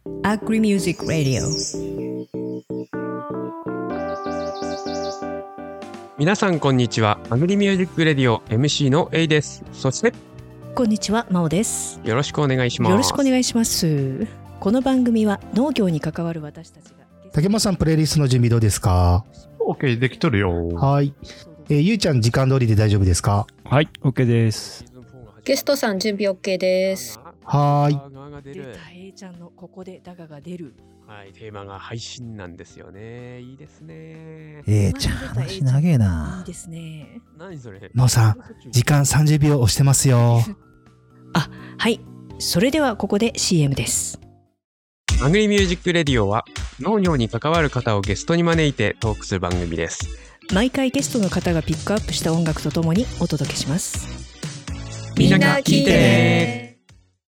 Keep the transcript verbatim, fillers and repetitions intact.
Agri Music Radio。 皆さんこんにちは。アグリミュージックレディオ エムシー のエイです。そしてこんにちは、マオです。 よろしくお願いします。 よろしくお願いします。この番組は農業に関わる私たちが。 竹本さん、プレイリストの準備どうですか？ OK できとるよ。 はい、えー、ゆうちゃん時間通りで大丈夫ですか？ はい OK です。 ゲストさん準備 OK です。 はーい。 出た A ちゃんのここでダガが出る。 はい、テーマが配信なんですよね。いいですね。 えー、ちゃん話長えな。 いいですね。 何それ？ マオさん、時間さんじゅうびょう押してますよ。 あ、はい。それではここで シーエム です。 アグリミュージックレディオは農業に関わる方をゲストに招いてトークする番組です。 毎回ゲストの方がピックアップした音楽とともにお届けします。 みんな聞いてね。